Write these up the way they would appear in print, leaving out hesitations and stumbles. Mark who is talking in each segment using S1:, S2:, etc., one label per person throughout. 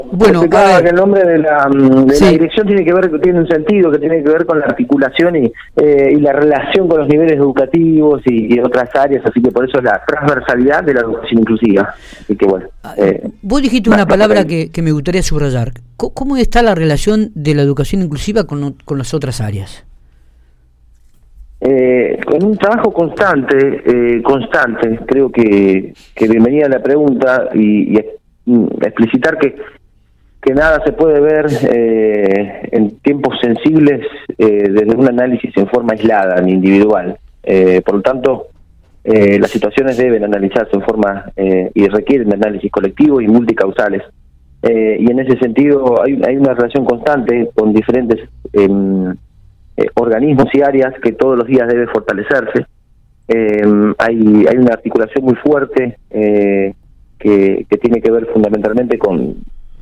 S1: Bueno,
S2: que el nombre de la dirección tiene un sentido que tiene que ver con la articulación y la relación con los niveles educativos y otras áreas, así que por eso es la transversalidad de la educación inclusiva. Así que bueno.
S1: Vos dijiste una palabra que me gustaría subrayar. ¿Cómo está la relación de la educación inclusiva con las otras áreas?
S2: Con un trabajo constante, creo que bienvenida la pregunta y explicitar que nada se puede ver en tiempos sensibles desde un análisis en forma aislada ni individual. Por lo tanto, las situaciones deben analizarse en forma y requieren análisis colectivo y multicausales. Y en ese sentido hay una relación constante con diferentes organismos y áreas que todos los días debe fortalecerse. Hay una articulación muy fuerte que tiene que ver fundamentalmente con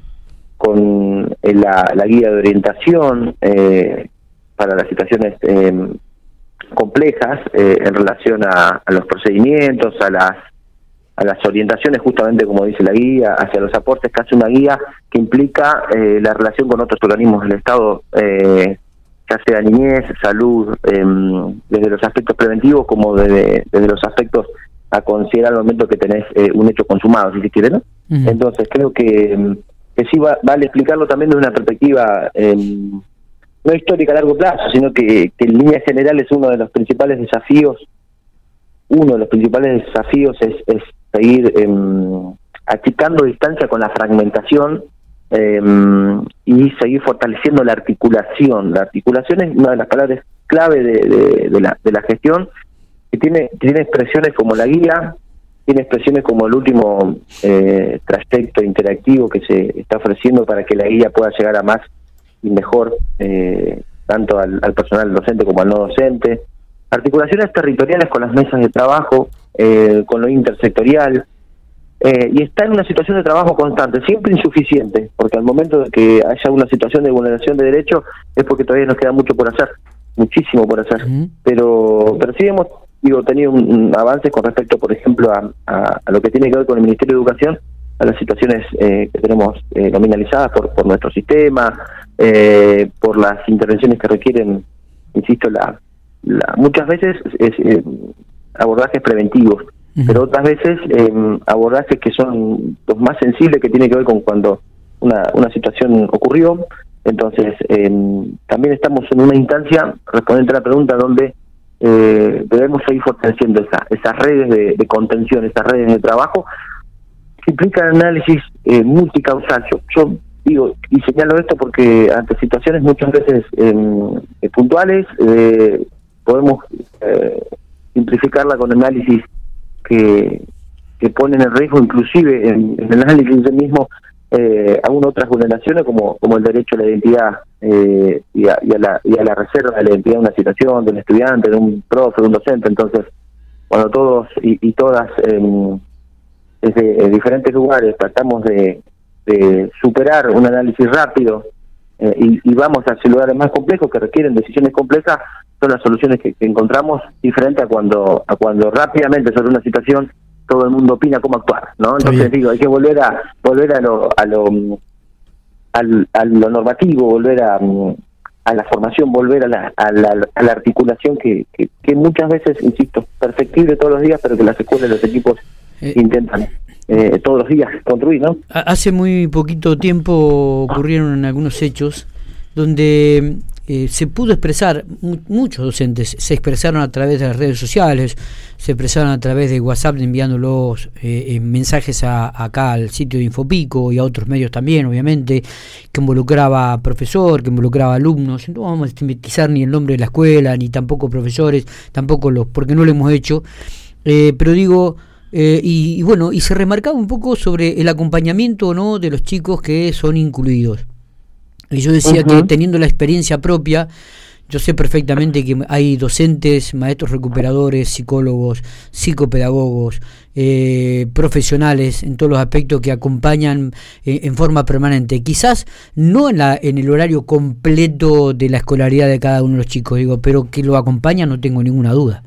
S2: la guía de orientación para las situaciones complejas en relación a los procedimientos, a las orientaciones, justamente como dice la guía, hacia los aportes que hace una guía que implica la relación con otros organismos del Estado, ya sea niñez, salud, desde los aspectos preventivos como desde los aspectos a considerar al momento que tenés un hecho consumado, si se quiere, ¿no? Uh-huh. Entonces creo que sí vale explicarlo también desde una perspectiva no histórica a largo plazo, sino que en líneas generales uno de los principales desafíos es seguir achicando distancia con la fragmentación y seguir fortaleciendo la articulación. La articulación es una de las palabras clave de la gestión, que tiene expresiones como la guía, tiene expresiones como el último trayecto interactivo que se está ofreciendo para que la guía pueda llegar a más y mejor, tanto al personal docente como al no docente. Articulaciones territoriales con las mesas de trabajo, con lo intersectorial, y está en una situación de trabajo constante, siempre insuficiente, porque al momento de que haya una situación de vulneración de derechos es porque todavía nos queda mucho por hacer, muchísimo por hacer. Uh-huh. Pero sí hemos tenido un avance con respecto, por ejemplo, a lo que tiene que ver con el Ministerio de Educación, a las situaciones que tenemos nominalizadas por nuestro sistema, por las intervenciones que requieren, insisto, muchas veces abordajes preventivos, uh-huh, pero otras veces abordajes que son los más sensibles, que tiene que ver con cuando una situación ocurrió. Entonces también estamos en una instancia, respondiente a la pregunta, donde debemos seguir fortaleciendo esas redes de contención, esas redes de trabajo que implican análisis multicausal. Yo digo y señalo esto porque ante situaciones muchas veces puntuales podemos simplificarla con análisis que ponen en riesgo, inclusive en el análisis en mismo, aún otras vulneraciones como el derecho a la identidad y a la reserva de la identidad de una situación, de un estudiante, de un profe, de un docente. Entonces, cuando todos y todas desde diferentes lugares tratamos de superar un análisis rápido y vamos hacia lugares más complejos que requieren decisiones complejas, son las soluciones que encontramos, diferente a cuando rápidamente sobre una situación todo el mundo opina cómo actuar, ¿no? Entonces digo, hay que volver a lo normativo, volver a la formación, volver a la articulación que muchas veces, insisto, perfectible todos los días, pero que las escuelas y los equipos intentan todos los días construir, ¿no?
S1: Hace muy poquito tiempo ocurrieron algunos hechos donde se pudo expresar, muchos docentes se expresaron a través de las redes sociales, se expresaron a través de WhatsApp enviándolos mensajes acá al sitio de Infopico y a otros medios también, obviamente, que involucraba a profesor, que involucraba a alumnos. No vamos a estigmatizar ni el nombre de la escuela, ni tampoco profesores, tampoco porque no lo hemos hecho, pero digo, y bueno, y se remarcaba un poco sobre el acompañamiento o no de los chicos que son incluidos. Y yo decía, uh-huh, que teniendo la experiencia propia, yo sé perfectamente que hay docentes, maestros recuperadores, psicólogos, psicopedagogos, profesionales en todos los aspectos que acompañan en forma permanente. Quizás no en el horario completo de la escolaridad de cada uno de los chicos, digo, pero que lo acompañan, no tengo ninguna duda.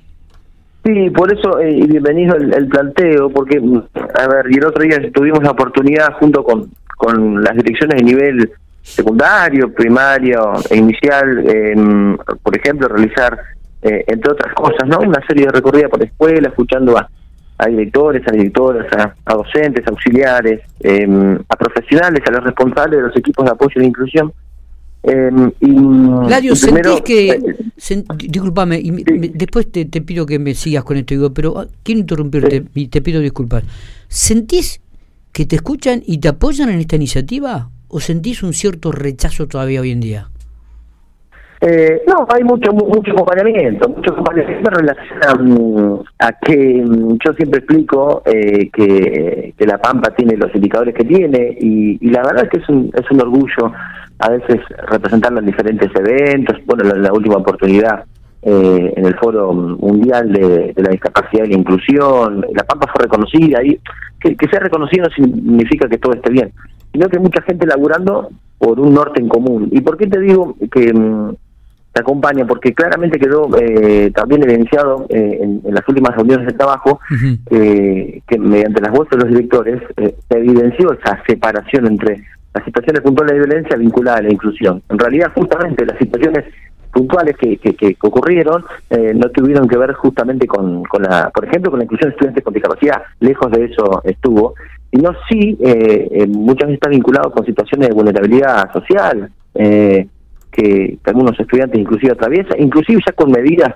S2: Sí, por eso, y bienvenido el planteo, porque, a ver, y el otro día tuvimos la oportunidad junto con con las direcciones de nivel secundario, primario e inicial, por ejemplo, realizar, entre otras cosas, ¿no?, una serie de recorridas por la escuela, escuchando a directores, a directoras, a docentes, auxiliares, a profesionales, a los responsables de los equipos de apoyo e inclusión.
S1: Ladio, ¿sentís que... discúlpame, después te pido que me sigas con esto, digo, pero quiero interrumpirte y te pido disculpas. ¿Sentís que te escuchan y te apoyan en esta iniciativa o sentís un cierto rechazo todavía hoy en día?
S2: No, hay mucho acompañamiento en relación a que yo siempre explico que La Pampa tiene los indicadores que tiene y la verdad es que es un orgullo a veces representarlo en diferentes eventos. Bueno, la última oportunidad en el Foro Mundial de la Discapacidad y la Inclusión, La Pampa fue reconocida, y que sea reconocido no significa que todo esté bien, sino que hay mucha gente laburando por un norte en común. ¿Y por qué te digo que te acompaña? Porque claramente quedó también evidenciado en las últimas reuniones de trabajo, que mediante las voces de los directores se evidenció esa separación entre las situaciones puntuales de violencia vinculadas a la inclusión. En realidad, justamente las situaciones puntuales que ocurrieron no tuvieron que ver justamente con la, por ejemplo, con la inclusión de estudiantes con discapacidad. Lejos de eso estuvo, sino sí muchas veces está vinculado con situaciones de vulnerabilidad social que algunos estudiantes inclusive atraviesan, inclusive ya con medidas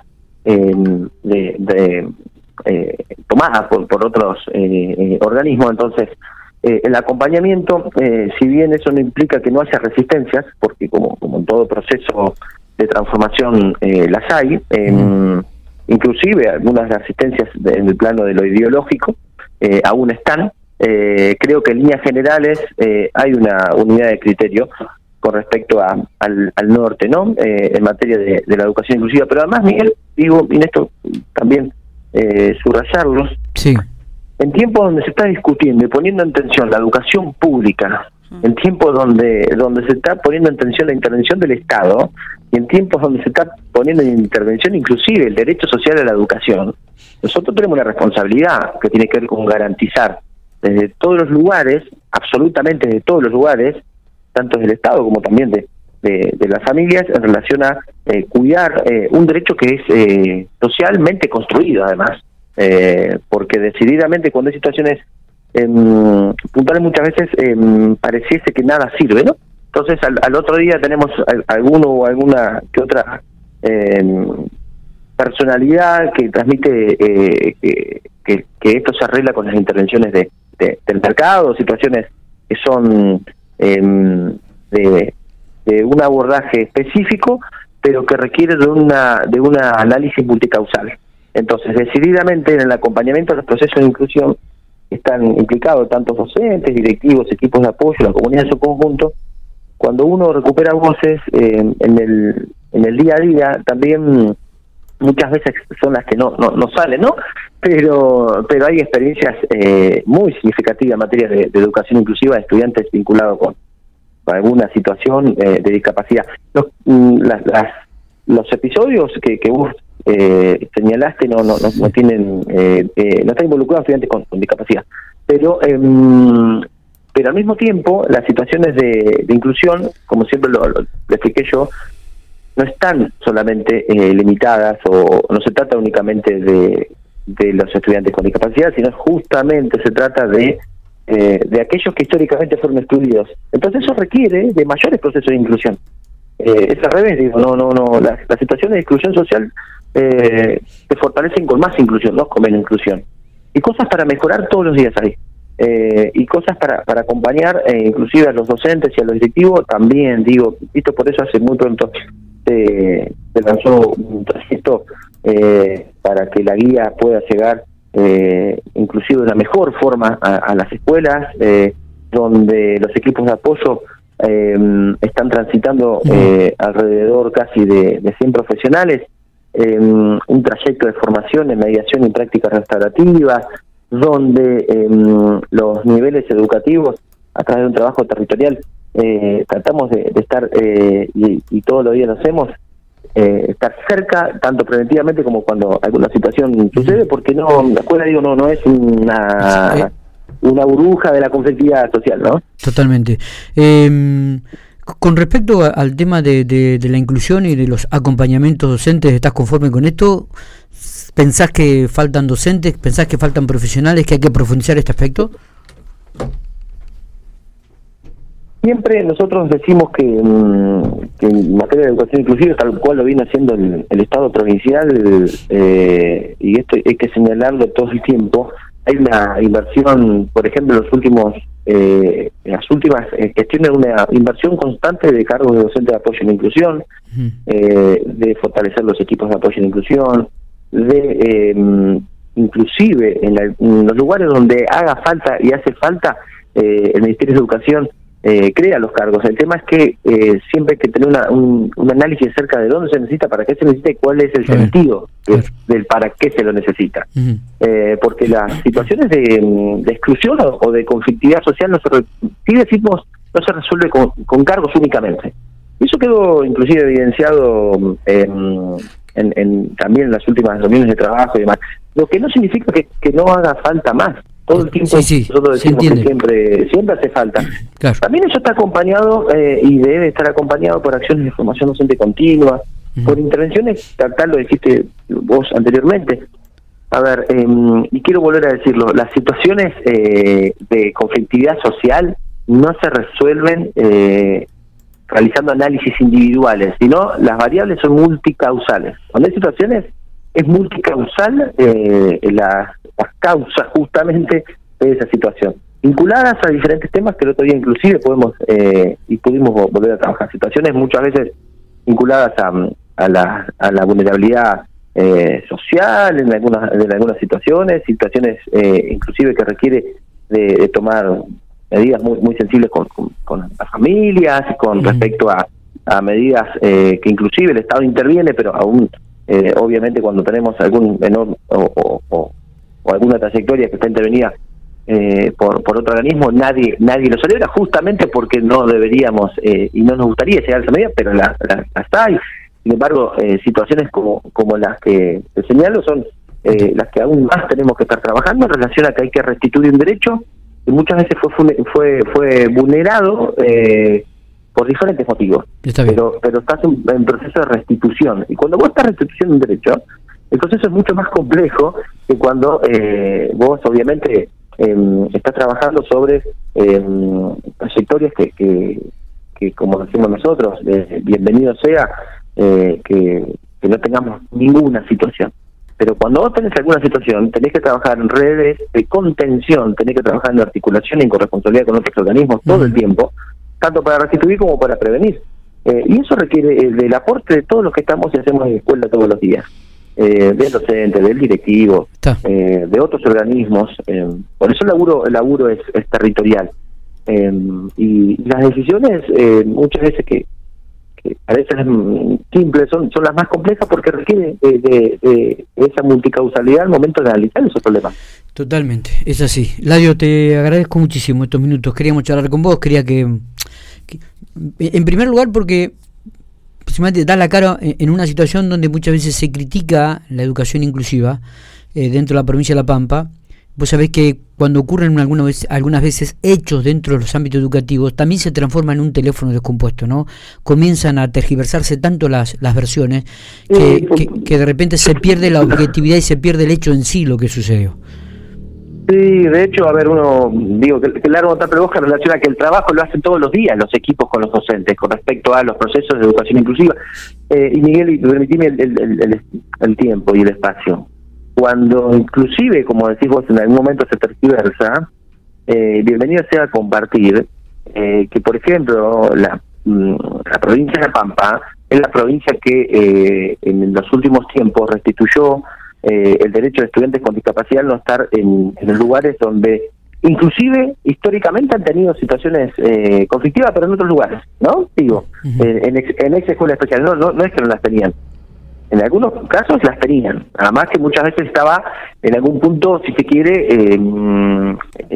S2: tomadas por otros organismos. Entonces, el acompañamiento, si bien eso no implica que no haya resistencias, porque como en todo proceso de transformación las hay, inclusive algunas resistencias en el plano de lo ideológico aún están. Creo que en líneas generales hay una unidad de criterio con respecto al norte, ¿no?, en materia de la educación inclusiva. Pero además, Miguel, digo, y en esto también subrayarlos,
S1: sí,
S2: en tiempos donde se está discutiendo y poniendo en tensión la educación pública, en tiempos donde se está poniendo en tensión la intervención del Estado, y en tiempos donde se está poniendo en intervención inclusive el derecho social a la educación, nosotros tenemos una responsabilidad que tiene que ver con garantizar desde todos los lugares, absolutamente desde todos los lugares, tanto del Estado como también de las familias, en relación a cuidar un derecho que es socialmente construido, además, porque decididamente cuando hay situaciones puntuales muchas veces pareciese que nada sirve, ¿no? Entonces al otro día tenemos alguno o alguna que otra personalidad que transmite que esto se arregla con las intervenciones del mercado, situaciones que son de un abordaje específico, pero que requiere de un análisis multicausal. Entonces, decididamente en el acompañamiento de los procesos de inclusión están implicados tantos docentes, directivos, equipos de apoyo, la comunidad en su conjunto. Cuando uno recupera voces en el día a día, también muchas veces son las que no salen, ¿no? Pero hay experiencias muy significativas en materia de educación inclusiva de estudiantes vinculados con alguna situación de discapacidad. Los episodios que vos señalaste no tienen no están involucrados estudiantes con discapacidad, pero al mismo tiempo las situaciones de inclusión, como siempre lo expliqué yo, no están solamente limitadas o no se trata únicamente de los estudiantes con discapacidad, sino justamente se trata de aquellos que históricamente fueron excluidos. Entonces eso requiere de mayores procesos de inclusión. Es al revés, digo, las situaciones de exclusión social se fortalecen con más inclusión, no con menos inclusión. Y cosas para mejorar todos los días hay. Y cosas para acompañar inclusive a los docentes y a los directivos también, digo, visto por eso hace muy pronto se lanzó un trayecto para que la guía pueda llegar inclusive de una mejor forma a las escuelas, donde los equipos de apoyo están transitando alrededor casi de 100 profesionales, un trayecto de formación en mediación y prácticas restaurativas, donde los niveles educativos, a través de un trabajo territorial, tratamos de estar, y todos los días lo hacemos, estar cerca, tanto preventivamente como cuando alguna situación sucede, porque la escuela, digo, no es una una burbuja de la conflictividad social, ¿no?
S1: Totalmente. Con respecto al tema de la inclusión y de los acompañamientos docentes, ¿estás conforme con esto? ¿Pensás que faltan docentes? ¿Pensás que faltan profesionales? ¿Que hay que profundizar este aspecto?
S2: Siempre nosotros decimos que en materia de educación inclusiva, tal cual lo viene haciendo el Estado provincial, y esto hay que señalarlo todo el tiempo, hay una inversión, por ejemplo, en las últimas gestiones, una inversión constante de cargos de docente de apoyo en la inclusión, de fortalecer los equipos de apoyo en la inclusión, de inclusive en los lugares donde haga falta y hace falta, el Ministerio de Educación crea los cargos. El tema es que siempre hay que tener un análisis acerca de dónde se necesita, para qué se necesita y cuál es el sentido del para qué se lo necesita. Porque las situaciones de exclusión o de conflictividad social no se resuelve con cargos únicamente. Eso quedó inclusive evidenciado también en las últimas reuniones de trabajo y demás. Lo que no significa que no haga falta más. Todo el tiempo nosotros decimos que siempre hace falta. Claro. También eso está acompañado y debe estar acompañado por acciones de formación docente continua, por intervenciones, tal lo dijiste vos anteriormente. A ver, y quiero volver a decirlo, las situaciones de conflictividad social no se resuelven realizando análisis individuales, sino las variables son multicausales. Cuando hay situaciones, es multicausal las causas justamente de esa situación, vinculadas a diferentes temas que el otro día inclusive pudimos volver a trabajar. Situaciones muchas veces vinculadas a la vulnerabilidad social en algunas situaciones inclusive que requiere de tomar medidas muy sensibles con las familias, con respecto a medidas que inclusive el Estado interviene, pero aún obviamente cuando tenemos algún menor o alguna trayectoria que está intervenida por otro organismo, nadie lo celebra, justamente porque no deberíamos y no nos gustaría llegar a esa medida, pero las hay. Sin embargo, situaciones como las que te señalo son las que aún más tenemos que estar trabajando en relación a que hay que restituir un derecho que muchas veces fue vulnerado por diferentes motivos, pero estás en proceso de restitución, y cuando vos estás restituyendo un derecho, el proceso es mucho más complejo que cuando vos obviamente estás trabajando sobre trayectorias que como decimos nosotros, bienvenido sea que no tengamos ninguna situación. Pero cuando vos tenés alguna situación, tenés que trabajar en redes de contención, tenés que trabajar en articulación y en corresponsabilidad con otros organismos todo el tiempo, tanto para restituir como para prevenir. Y eso requiere del aporte de todos los que estamos y hacemos en la escuela todos los días, del docente, del directivo, de otros organismos. Por eso el laburo es territorial. Y las decisiones, muchas veces que a veces simples, son las más complejas porque requiere de esa multicausalidad al momento de analizar esos problemas.
S1: Totalmente, es así. Ladio, te agradezco muchísimo estos minutos. Queríamos charlar con vos, quería que en primer lugar, porque da la cara en una situación donde muchas veces se critica la educación inclusiva dentro de la provincia de La Pampa. Vos sabés que cuando ocurren algunas veces hechos dentro de los ámbitos educativos, también se transforma en un teléfono descompuesto, ¿no? Comienzan a tergiversarse tanto las versiones que de repente se pierde la objetividad y se pierde el hecho en sí lo que sucedió.
S2: Sí, de hecho, a ver, que largo otra pregunta en relación a que el trabajo lo hacen todos los días los equipos con los docentes con respecto a los procesos de educación inclusiva. Y Miguel, permitime el tiempo y el espacio. Cuando inclusive, como decís vos, en algún momento se tergiversa, bienvenido sea a compartir que, por ejemplo, la provincia de La Pampa es la provincia que en los últimos tiempos restituyó el derecho de estudiantes con discapacidad no estar en los lugares donde inclusive históricamente han tenido situaciones conflictivas, pero en otros lugares, ¿no? Digo, en ex escuela especial, no es que no las tenían. En algunos casos las tenían, además que muchas veces estaba en algún punto, si se quiere, no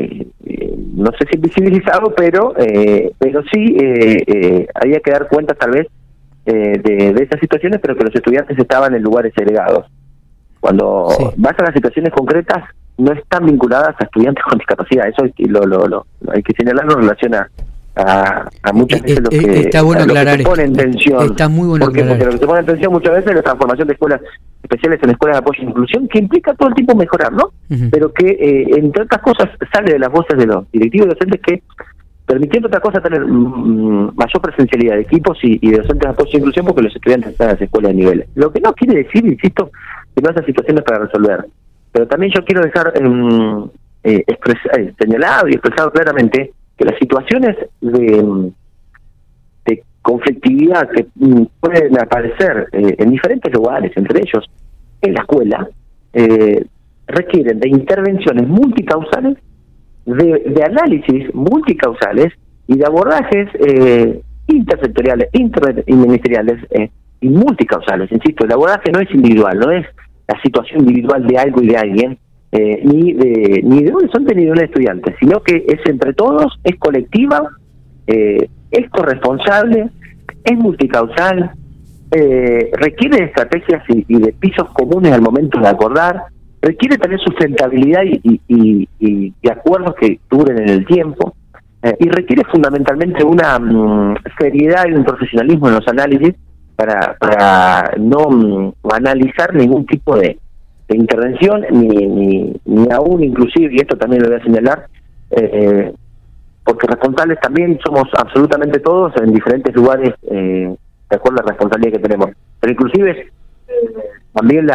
S2: sé si visibilizado, pero sí había que dar cuenta tal vez de esas situaciones, pero que los estudiantes estaban en lugares segregados. Cuando vas a las situaciones concretas, no están vinculadas a estudiantes con discapacidad. Eso hay que señalarlo en relación a muchas veces lo que,
S1: está bueno aclarar,
S2: que se pone en tensión.
S1: Está muy bueno
S2: porque lo que se pone en tensión muchas veces es la transformación de escuelas especiales en escuelas de apoyo e inclusión, que implica todo el tiempo mejorar, ¿no? Pero que, entre otras cosas, sale de las voces de los directivos y docentes que, permitiendo otra cosa, tener mayor presencialidad de equipos y de docentes de apoyo e inclusión, porque los estudiantes están en las escuelas de niveles. Lo que no quiere decir, insisto, que no haya situaciones para resolver. Pero también yo quiero dejar señalado y expresado claramente que las situaciones de conflictividad que pueden aparecer en diferentes lugares, entre ellos en la escuela, requieren de intervenciones multicausales, de análisis multicausales y de abordajes intersectoriales, interministeriales y multicausales. Insisto, el abordaje no es individual, no es la situación individual de algo y de alguien, ni de un docente ni de un estudiante, sino que es entre todos, es colectiva, es corresponsable, es multicausal, requiere de estrategias y de pisos comunes al momento de acordar, requiere también sustentabilidad y acuerdos que duren en el tiempo, y requiere fundamentalmente una seriedad y un profesionalismo en los análisis para no analizar ningún tipo de intervención, ni aún inclusive, y esto también lo voy a señalar, porque responsables también somos absolutamente todos en diferentes lugares, de acuerdo a la responsabilidad que tenemos. Pero inclusive también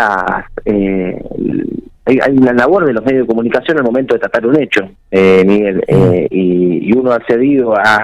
S2: hay una labor de los medios de comunicación al momento de tratar un hecho, Miguel, y uno ha accedido a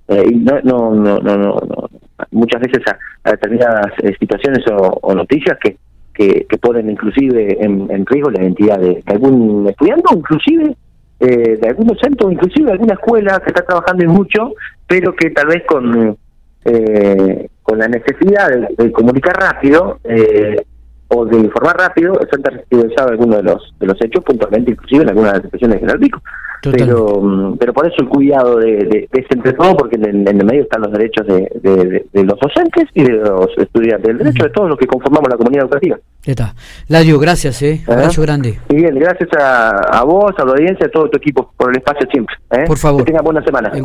S2: muchas veces a determinadas situaciones o noticias que ponen inclusive en riesgo la identidad de algún estudiante, o inclusive de algún docente, o inclusive de alguna escuela que está trabajando en mucho, pero que tal vez con la necesidad de comunicar rápido o de informar rápido, se han tergiversado algunos de los hechos, puntualmente inclusive en algunas de las expresiones de General Pico. Pero por eso el cuidado de entre todo, porque en el medio están los derechos de los docentes y de los estudiantes, el derecho de todos los que conformamos la comunidad educativa.
S1: Ya está. Ladio, gracias, abrazo grande.
S2: Y bien, gracias a vos, a la audiencia, a todo tu equipo por el espacio siempre.
S1: Por favor.
S2: Que tengan buena semana.